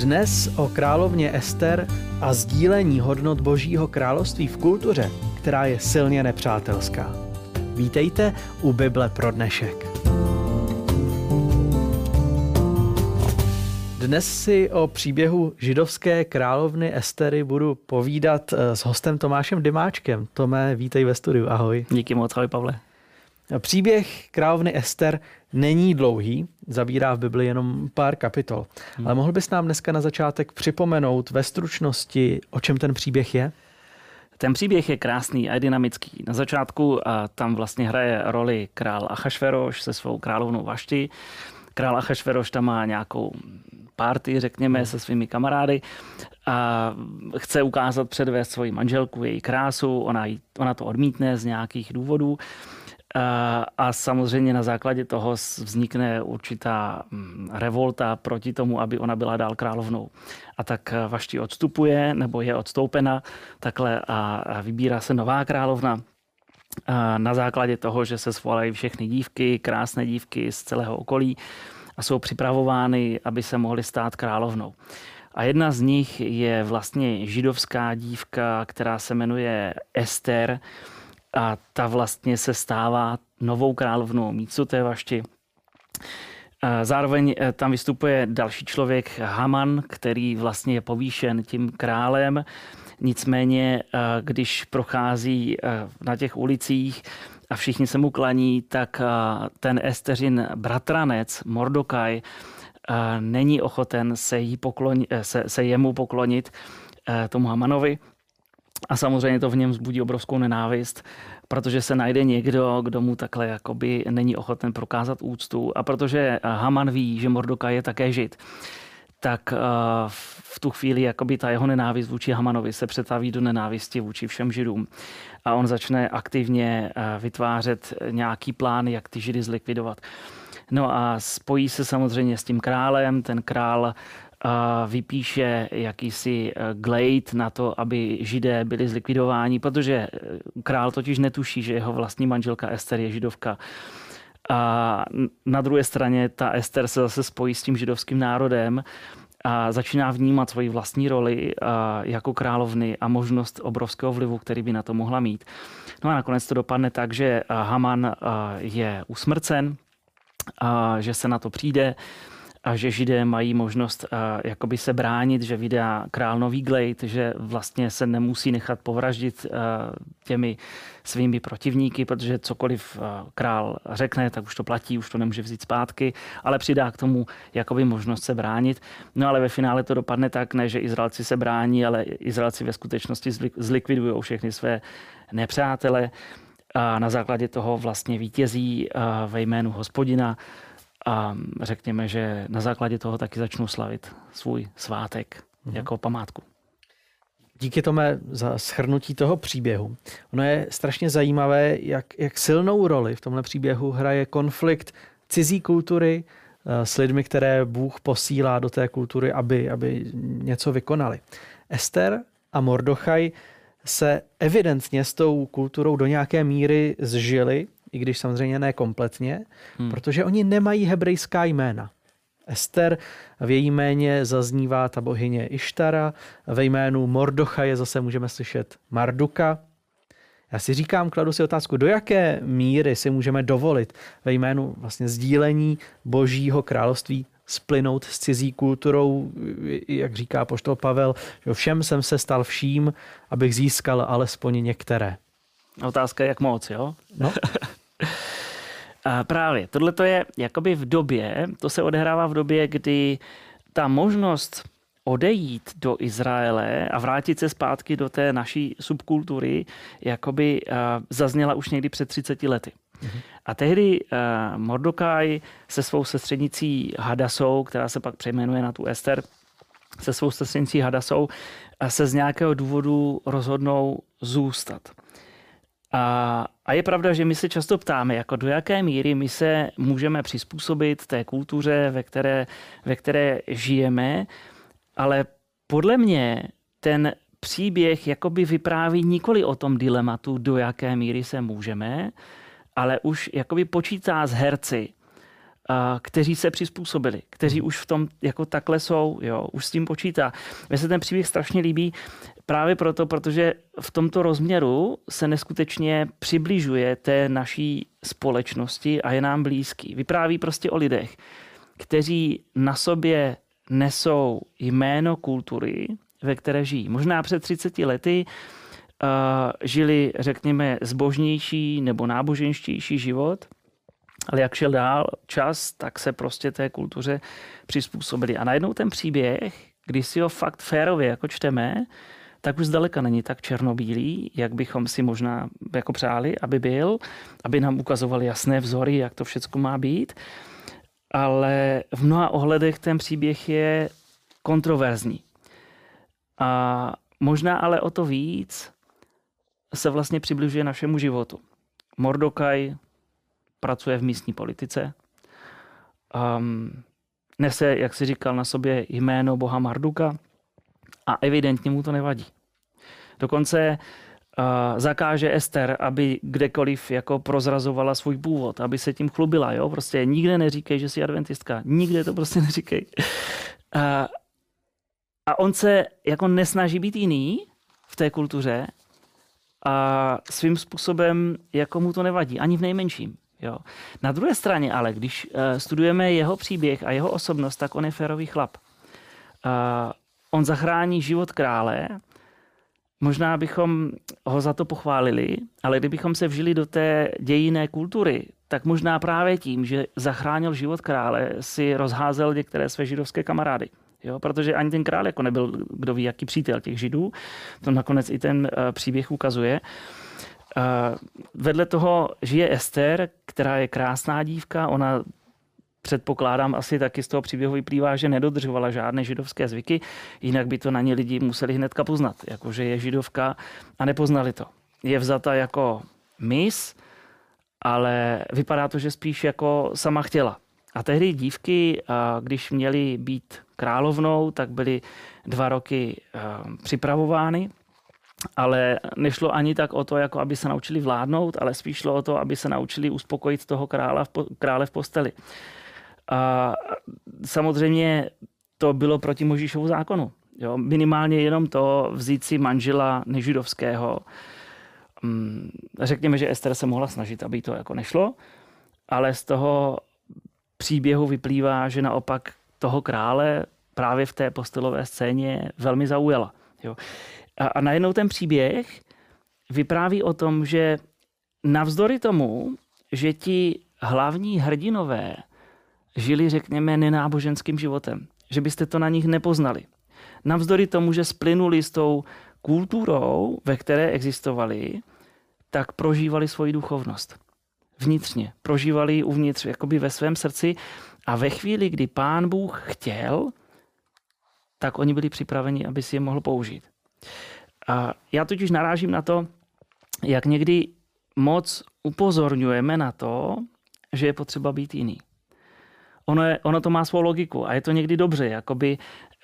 Dnes o královně Ester a sdílení hodnot Božího království v kultuře, která je silně nepřátelská. Vítejte u Bible pro dnešek. Dnes si o příběhu židovské královny Estery budu povídat s hostem Tomášem Dymáčkem. Tome, vítej ve studiu, ahoj. Díky moc, ahoj Pavle. Příběh královny Ester není dlouhý, zabírá v Bibli jenom pár kapitol. Ale mohl bys nám dneska na začátek připomenout ve stručnosti, o čem ten příběh je? Ten příběh je krásný a je dynamický. Na začátku tam vlastně hraje roli král Achašveroš se svou královnou Vašti. Král Achašveroš tam má nějakou party, řekněme, se svými kamarády a chce ukázat, předvést svoji manželku, její krásu. Ona to odmítne z nějakých důvodů. A samozřejmě na základě toho vznikne určitá revolta proti tomu, aby ona byla dál královnou. A tak Vašti odstupuje, nebo je odstoupena takhle a vybírá se nová královna. Na základě toho, že se svolají všechny dívky, krásné dívky z celého okolí a jsou připravovány, aby se mohly stát královnou. A jedna z nich je vlastně židovská dívka, která se jmenuje Ester, a ta vlastně se stává novou královnou místo té Vašti. Zároveň tam vystupuje další člověk, Haman, který vlastně je povýšen tím králem. Nicméně, když prochází na těch ulicích a všichni se mu klaní, tak ten Esteřin bratranec Mordokaj není ochoten se jemu poklonit, tomu Hamanovi. A samozřejmě to v něm vzbudí obrovskou nenávist, protože se najde někdo, kdo mu takhle jakoby není ochoten prokázat úctu. A protože Haman ví, že Mordokaj je také Žid, tak v tu chvíli jakoby ta jeho nenávist vůči Hamanovi se přetaví do nenávisti vůči všem Židům. A on začne aktivně vytvářet nějaký plán, jak ty Židy zlikvidovat. No a spojí se samozřejmě s tím králem. Ten král vypíše jakýsi glejt na to, aby Židé byli zlikvidováni, protože král totiž netuší, že jeho vlastní manželka Ester je židovka. A na druhé straně ta Ester se zase spojí s tím židovským národem a začíná vnímat svoji vlastní roli jako královny a možnost obrovského vlivu, který by na to mohla mít. No a nakonec to dopadne tak, že Haman je usmrcen, že se na to přijde, a že Židé mají možnost jakoby se bránit, že vydá král nový glejt, že vlastně se nemusí nechat povraždit těmi svými protivníky, protože cokoliv král řekne, tak už to platí, už to nemůže vzít zpátky, ale přidá k tomu jakoby možnost se bránit. No ale ve finále to dopadne tak, ne, že Izraelci se brání, ale Izraelci ve skutečnosti zlikvidují všechny své nepřátele a na základě toho vlastně vítězí ve jménu Hospodina. A řekněme, že na základě toho taky začnu slavit svůj svátek jako památku. Díky Tome za shrnutí toho příběhu. Ono je strašně zajímavé, jak silnou roli v tomhle příběhu hraje konflikt cizí kultury s lidmi, které Bůh posílá do té kultury, aby něco vykonali. Ester a Mordokaj se evidentně s tou kulturou do nějaké míry zžili, i když samozřejmě ne kompletně, protože oni nemají hebrejská jména. Ester, v její jméně zaznívá ta bohyně Ištara, ve jménu Mordochaje zase můžeme slyšet Marduka. Já si říkám, kladu si otázku, do jaké míry si můžeme dovolit ve jménu vlastně sdílení Božího království splynout s cizí kulturou, jak říká apoštol Pavel, že všem jsem se stal vším, abych získal alespoň některé. Otázka je, jak moc, jo? No. A právě, tohle to je jakoby v době, to se odehrává v době, kdy ta možnost odejít do Izraele a vrátit se zpátky do té naší subkultury jakoby zazněla už někdy před 30 lety. A tehdy Mordokaj se svou sestřenicí Hadasou, která se pak přejmenuje na tu Ester, se svou sestřenicí Hadasou se z nějakého důvodu rozhodnou zůstat. A je pravda, že my se často ptáme, jako do jaké míry my se můžeme přizpůsobit té kultuře, ve které žijeme, ale podle mě ten příběh jakoby vypráví nikoli o tom dilematu, do jaké míry se můžeme, ale už jakoby počítá s herci, kteří se přizpůsobili, kteří už v tom jako takhle jsou, jo, už s tím počítá. Mně se ten příběh strašně líbí právě proto, protože v tomto rozměru se neskutečně přibližuje té naší společnosti a je nám blízký. Vypráví prostě o lidech, kteří na sobě nesou jméno kultury, ve které žijí. Možná před 30 lety žili, řekněme, zbožnější nebo náboženštější život, ale jak šel dál čas, tak se prostě té kultuře přizpůsobili. A najednou ten příběh, když si ho fakt férově jako čteme, tak už zdaleka není tak černobílý, jak bychom si možná jako přáli, aby byl, aby nám ukazoval jasné vzory, jak to všechno má být. Ale v mnoha ohledech ten příběh je kontroverzní. A možná ale o to víc se vlastně přibližuje našemu životu. Mordokaj pracuje v místní politice. Nese, jak si říkal, na sobě jméno boha Marduka a evidentně mu to nevadí. Dokonce zakáže Ester, aby kdekoliv jako prozrazovala svůj původ, aby se tím chlubila. Jo? Prostě nikde neříkej, že jsi adventistka. Nikde to prostě neříkej. A on se jako nesnaží být jiný v té kultuře a svým způsobem jako mu to nevadí, ani v nejmenším. Jo. Na druhé straně ale, když studujeme jeho příběh a jeho osobnost, tak on je férový chlap. On zachrání život krále, možná bychom ho za to pochválili, ale kdybychom se vžili do té dějinné kultury, tak možná právě tím, že zachránil život krále, si rozházel některé své židovské kamarády. Jo, protože ani ten král jako nebyl kdo ví jaký přítel těch židů. To nakonec i ten příběh ukazuje. Vedle toho žije Ester, která je krásná dívka. Ona, předpokládám, asi taky z toho příběhu vyplývá, že nedodržovala žádné židovské zvyky, jinak by to na ně lidi museli hnedka poznat, jakože je židovka a nepoznali to. Je vzata jako mis, ale vypadá to, že spíš jako sama chtěla. A tehdy dívky, když měly být královnou, tak byly 2 roky připravovány, ale nešlo ani tak o to, jako aby se naučili vládnout, ale spíš šlo o to, aby se naučili uspokojit toho krále v posteli. A samozřejmě to bylo proti Mojžíšovu zákonu. Jo? Minimálně jenom to vzít si manžela nežidovského. Řekněme, že Ester se mohla snažit, aby to jako nešlo, ale z toho příběhu vyplývá, že naopak toho krále právě v té postelové scéně velmi zaujala. Jo. A najednou ten příběh vypráví o tom, že navzdory tomu, že ti hlavní hrdinové žili, řekněme, nenáboženským životem, že byste to na nich nepoznali. Navzdory tomu, že splynuli s tou kulturou, ve které existovali, tak prožívali svoji duchovnost. Vnitřně. Prožívali ji uvnitř, jakoby ve svém srdci a ve chvíli, kdy Pán Bůh chtěl, tak oni byli připraveni, aby si je mohl použít. A já totiž narážím na to, jak někdy moc upozorňujeme na to, že je potřeba být jiný. Ono to má svou logiku a je to někdy dobře, jakoby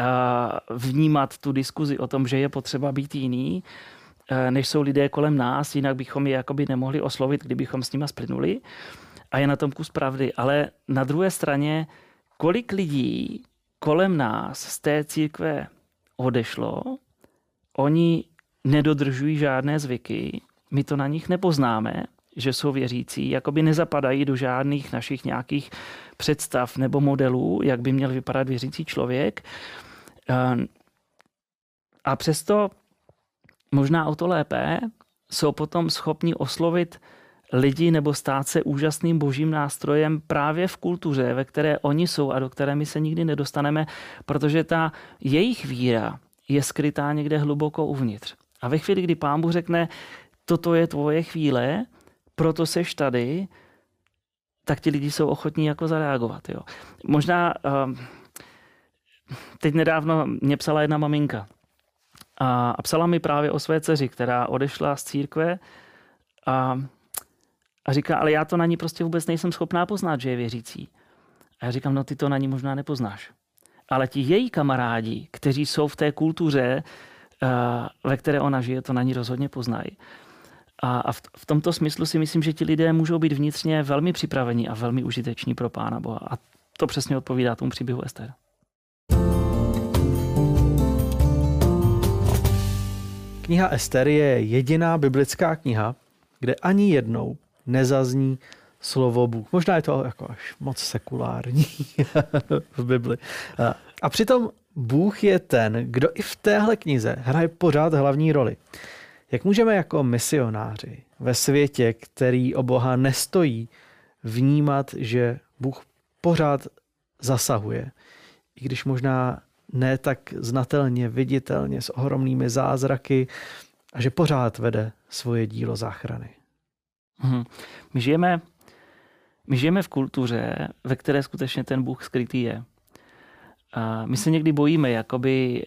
vnímat tu diskuzi o tom, že je potřeba být jiný, než jsou lidé kolem nás, jinak bychom je jakoby nemohli oslovit, kdybychom s nima splynuli. A je na tom kus pravdy. Ale na druhé straně, kolik lidí kolem nás z té církve odešlo, oni nedodržují žádné zvyky, my to na nich nepoznáme, že jsou věřící, jakoby nezapadají do žádných našich nějakých představ nebo modelů, jak by měl vypadat věřící člověk. A přesto možná o to lépe jsou potom schopni oslovit lidi nebo stát se úžasným božím nástrojem právě v kultuře, ve které oni jsou a do které my se nikdy nedostaneme, protože ta jejich víra je skrytá někde hluboko uvnitř. A ve chvíli, kdy Pán Bůh řekne, toto je tvoje chvíle, proto seš tady, tak ti lidi jsou ochotní jako zareagovat. Jo. Možná teď nedávno mě psala jedna maminka a psala mi právě o své dceři, která odešla z církve a říká, ale já to na ní prostě vůbec nejsem schopná poznat, že je věřící. A já říkám, no ty to na ní možná nepoznáš. Ale ti její kamarádi, kteří jsou v té kultuře, ve které ona žije, to na ní rozhodně poznají. A v tomto smyslu si myslím, že ti lidé můžou být vnitřně velmi připraveni a velmi užiteční pro Pána Boha. A to přesně odpovídá tomu příběhu Ester. Kniha Ester je jediná biblická kniha, kde ani jednou nezazní slovo Bůh. Možná je to jako až moc sekulární v Bibli. A přitom Bůh je ten, kdo i v téhle knize hraje pořád hlavní roli. Jak můžeme jako misionáři ve světě, který o Boha nestojí, vnímat, že Bůh pořád zasahuje, i když možná ne tak znatelně, viditelně, s ohromnými zázraky, a že pořád vede svoje dílo záchrany? My žijeme v kultuře, ve které skutečně ten Bůh skrytý je. A my se někdy bojíme jakoby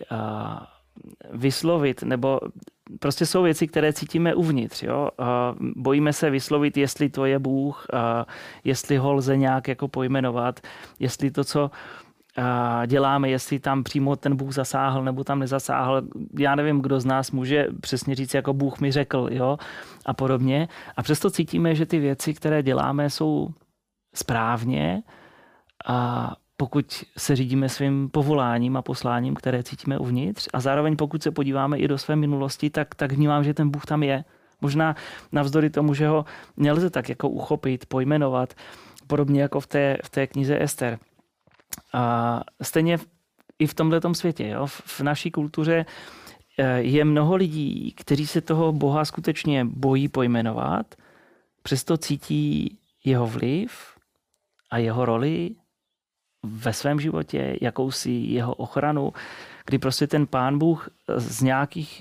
vyslovit, nebo prostě jsou věci, které cítíme uvnitř. Jo? Bojíme se vyslovit, jestli to je Bůh, jestli ho lze nějak jako pojmenovat, jestli to, co děláme, jestli tam přímo ten Bůh zasáhl nebo tam nezasáhl. Já nevím, kdo z nás může přesně říct, jako Bůh mi řekl, jo? A podobně. A přesto cítíme, že ty věci, které děláme, jsou správně, a pokud se řídíme svým povoláním a posláním, které cítíme uvnitř, a zároveň pokud se podíváme i do své minulosti, tak vnímám, že ten Bůh tam je. Možná navzdory tomu, že ho nelze tak jako uchopit, pojmenovat, podobně jako v té knize Ester. A stejně i v tomhletom světě, jo? V naší kultuře je mnoho lidí, kteří se toho Boha skutečně bojí pojmenovat, přesto cítí jeho vliv a jeho roli ve svém životě, jakousi jeho ochranu, kdy prostě ten Pán Bůh z nějakých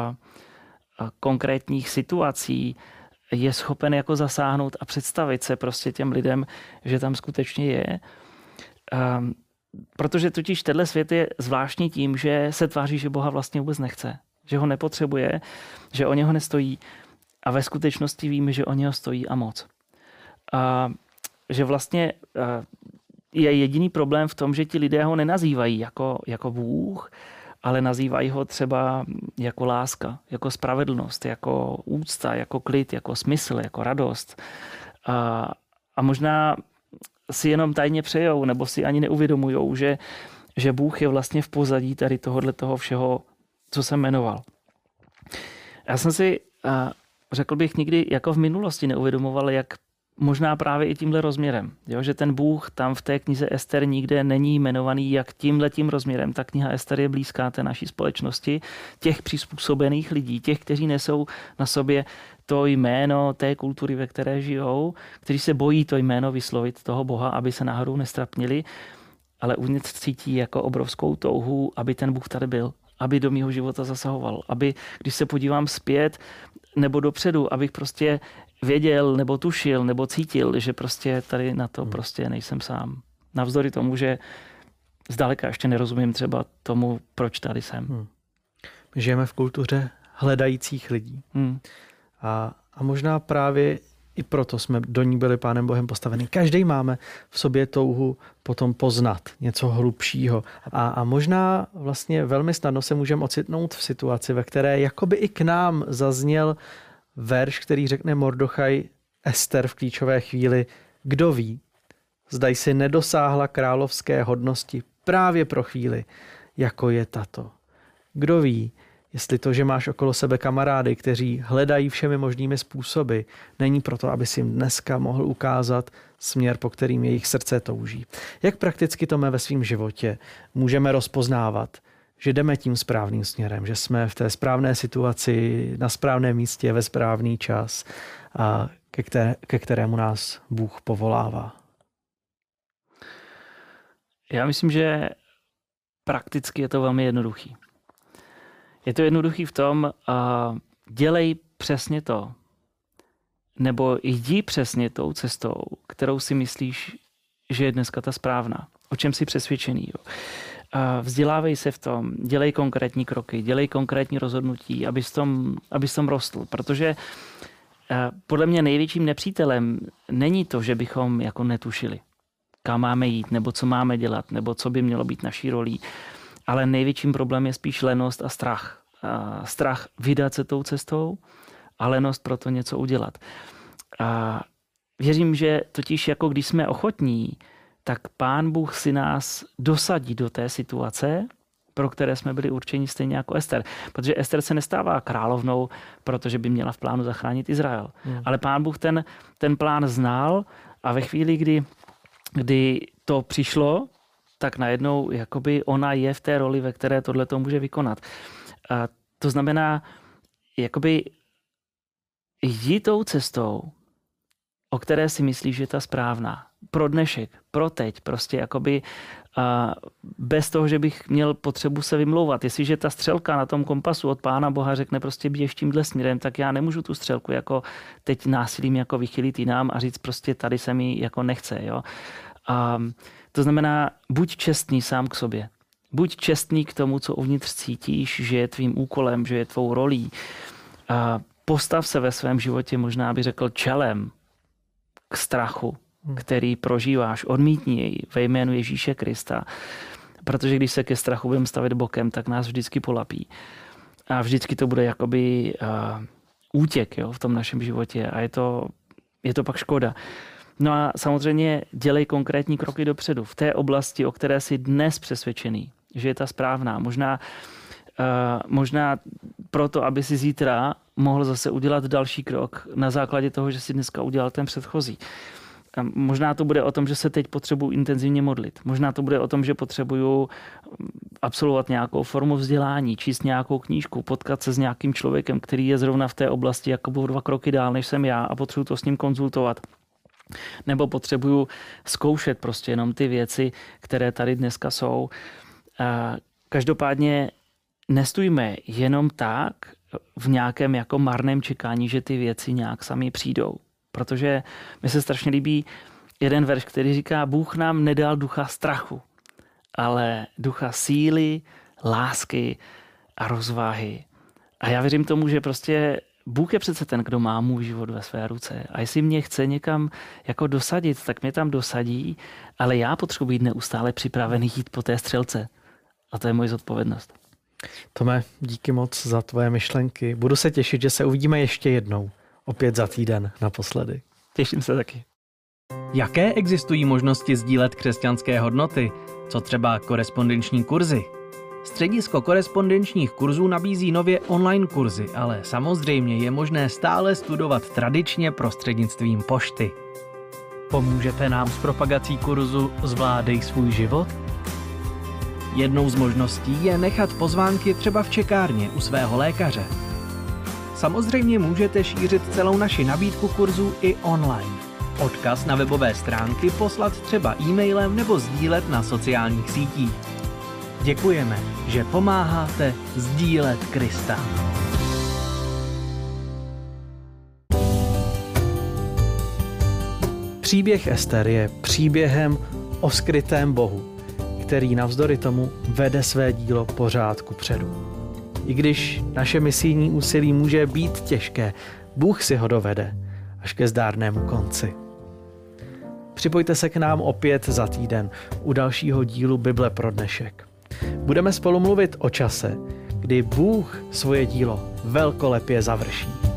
konkrétních situací je schopen jako zasáhnout a představit se prostě těm lidem, že tam skutečně je. Protože totiž tenhle svět je zvláštní tím, že se tváří, že Boha vlastně vůbec nechce, že ho nepotřebuje, že o něho nestojí, a ve skutečnosti víme, že o něho stojí a moc. A že vlastně je jediný problém v tom, že ti lidé ho nenazývají jako Bůh, ale nazývají ho třeba jako láska, jako spravedlnost, jako úcta, jako klid, jako smysl, jako radost. A možná si jenom tajně přejou, nebo si ani neuvědomujou, že Bůh je vlastně v pozadí tady toho všeho, co jsem jmenoval. Já jsem si, řekl bych, nikdy jako v minulosti neuvědomoval, jak možná právě i tímhle rozměrem. Jo? Že ten Bůh tam v té knize Ester nikde není jmenovaný jak tímhletím rozměrem. Ta kniha Ester je blízká té naší společnosti, těch přizpůsobených lidí, těch, kteří nesou na sobě to jméno té kultury, ve které žijou, kteří se bojí to jméno vyslovit toho Boha, aby se náhodou nestrapnili, ale uvnitř cítí jako obrovskou touhu, aby ten Bůh tady byl, aby do mýho života zasahoval, aby, když se podívám zpět nebo dopředu, abych prostě věděl nebo tušil nebo cítil, že prostě tady na to prostě nejsem sám. Navzdory tomu, že zdaleka ještě nerozumím třeba tomu, proč tady jsem. Žijeme v kultuře hledajících lidí. A možná právě i proto jsme do ní byli Pánem Bohem postaveni. Každý máme v sobě touhu potom poznat něco hlubšího. A možná vlastně velmi snadno se můžeme ocitnout v situaci, ve které jakoby i k nám zazněl verš, který řekne Mordochaj Ester v klíčové chvíli: kdo ví, zda jsi nedosáhla královské hodnosti právě pro chvíli, jako je tato. Kdo ví, jestli to, že máš okolo sebe kamarády, kteří hledají všemi možnými způsoby, není proto, aby si jim dneska mohl ukázat směr, po kterým jejich srdce touží. Jak prakticky to ve svém životě můžeme rozpoznávat, že jdeme tím správným směrem, že jsme v té správné situaci, na správném místě, ve správný čas, a ke kterému nás Bůh povolává? Já myslím, že prakticky je to velmi jednoduchý. Je to jednoduchý v tom, dělej přesně to, nebo jdi přesně tou cestou, kterou si myslíš, že je dneska ta správná, o čem jsi přesvědčený. Jo. Vzdělávej se v tom, dělej konkrétní kroky, dělej konkrétní rozhodnutí, abys tom rostl, protože podle mě největším nepřítelem není to, že bychom jako netušili, kam máme jít, nebo co máme dělat, nebo co by mělo být naší rolí. Ale největším problém je spíš lenost a strach. Strach vydat se tou cestou a lenost pro to něco udělat. A věřím, že totiž jako když jsme ochotní, tak Pán Bůh si nás dosadí do té situace, pro které jsme byli určeni stejně jako Ester. Protože Ester se nestává královnou, protože by měla v plánu zachránit Izrael. Ale Pán Bůh ten plán znal a ve chvíli, kdy to přišlo, tak najednou jakoby ona je v té roli, ve které tohle to může vykonat. A to znamená, jakoby jdi tou cestou, o které si myslíš, že je ta správná. Pro dnešek, pro teď, prostě jakoby bez toho, že bych měl potřebu se vymlouvat. Jestliže ta střelka na tom kompasu od Pána Boha řekne prostě běž tímhle směrem, tak já nemůžu tu střelku jako teď násilím jako vychylit jinam a říct prostě tady se mi jako nechce. Jo? To znamená, buď čestný sám k sobě. Buď čestný k tomu, co uvnitř cítíš, že je tvým úkolem, že je tvou rolí. Postav se ve svém životě, možná by řekl, čelem k strachu, který prožíváš. Odmítni jej ve jménu Ježíše Krista. Protože když se ke strachu budeme stavit bokem, tak nás vždycky polapí. A vždycky to bude jakoby útěk, jo, v tom našem životě. A je to pak škoda. No a samozřejmě dělej konkrétní kroky dopředu. V té oblasti, o které jsi dnes přesvědčený, že je ta správná. Možná proto, aby si zítra mohl zase udělat další krok na základě toho, že si dneska udělal ten předchozí. Možná to bude o tom, že se teď potřebuji intenzivně modlit. Možná to bude o tom, že potřebuju absolvovat nějakou formu vzdělání, číst nějakou knížku, potkat se s nějakým člověkem, který je zrovna v té oblasti jako 2 kroky dál, než jsem já a potřebuji to s ním konzultovat. Nebo potřebuju zkoušet prostě jenom ty věci, které tady dneska jsou. Každopádně nestůjme jenom tak v nějakém jako marném čekání, že ty věci nějak sami přijdou. Protože mi se strašně líbí jeden verš, který říká, Bůh nám nedal ducha strachu, ale ducha síly, lásky a rozvahy. A já věřím tomu, že prostě Bůh je přece ten, kdo má můj život ve své ruce. A jestli mě chce někam jako dosadit, tak mě tam dosadí, ale já potřebuji být neustále připravený jít po té střelce. A to je moje zodpovědnost. Tome, díky moc za tvoje myšlenky. Budu se těšit, že se uvidíme ještě jednou. Opět za týden naposledy. Těším se taky. Jaké existují možnosti sdílet křesťanské hodnoty? Co třeba korespondenční kurzy? Středisko korespondenčních kurzů nabízí nově online kurzy, ale samozřejmě je možné stále studovat tradičně prostřednictvím pošty. Pomůžete nám s propagací kurzu Zvládej svůj život? Jednou z možností je nechat pozvánky třeba v čekárně u svého lékaře. Samozřejmě můžete šířit celou naši nabídku kurzů i online. Odkaz na webové stránky poslat třeba e-mailem nebo sdílet na sociálních sítích. Děkujeme, že pomáháte sdílet Krista. Příběh Ester je příběhem o skrytém Bohu, který navzdory tomu vede své dílo pořád kupředu. I když naše misijní úsilí může být těžké, Bůh si ho dovede až ke zdárnému konci. Připojte se k nám opět za týden u dalšího dílu Bible pro dnešek. Budeme spolu mluvit o čase, kdy Bůh svoje dílo velkolepě završí.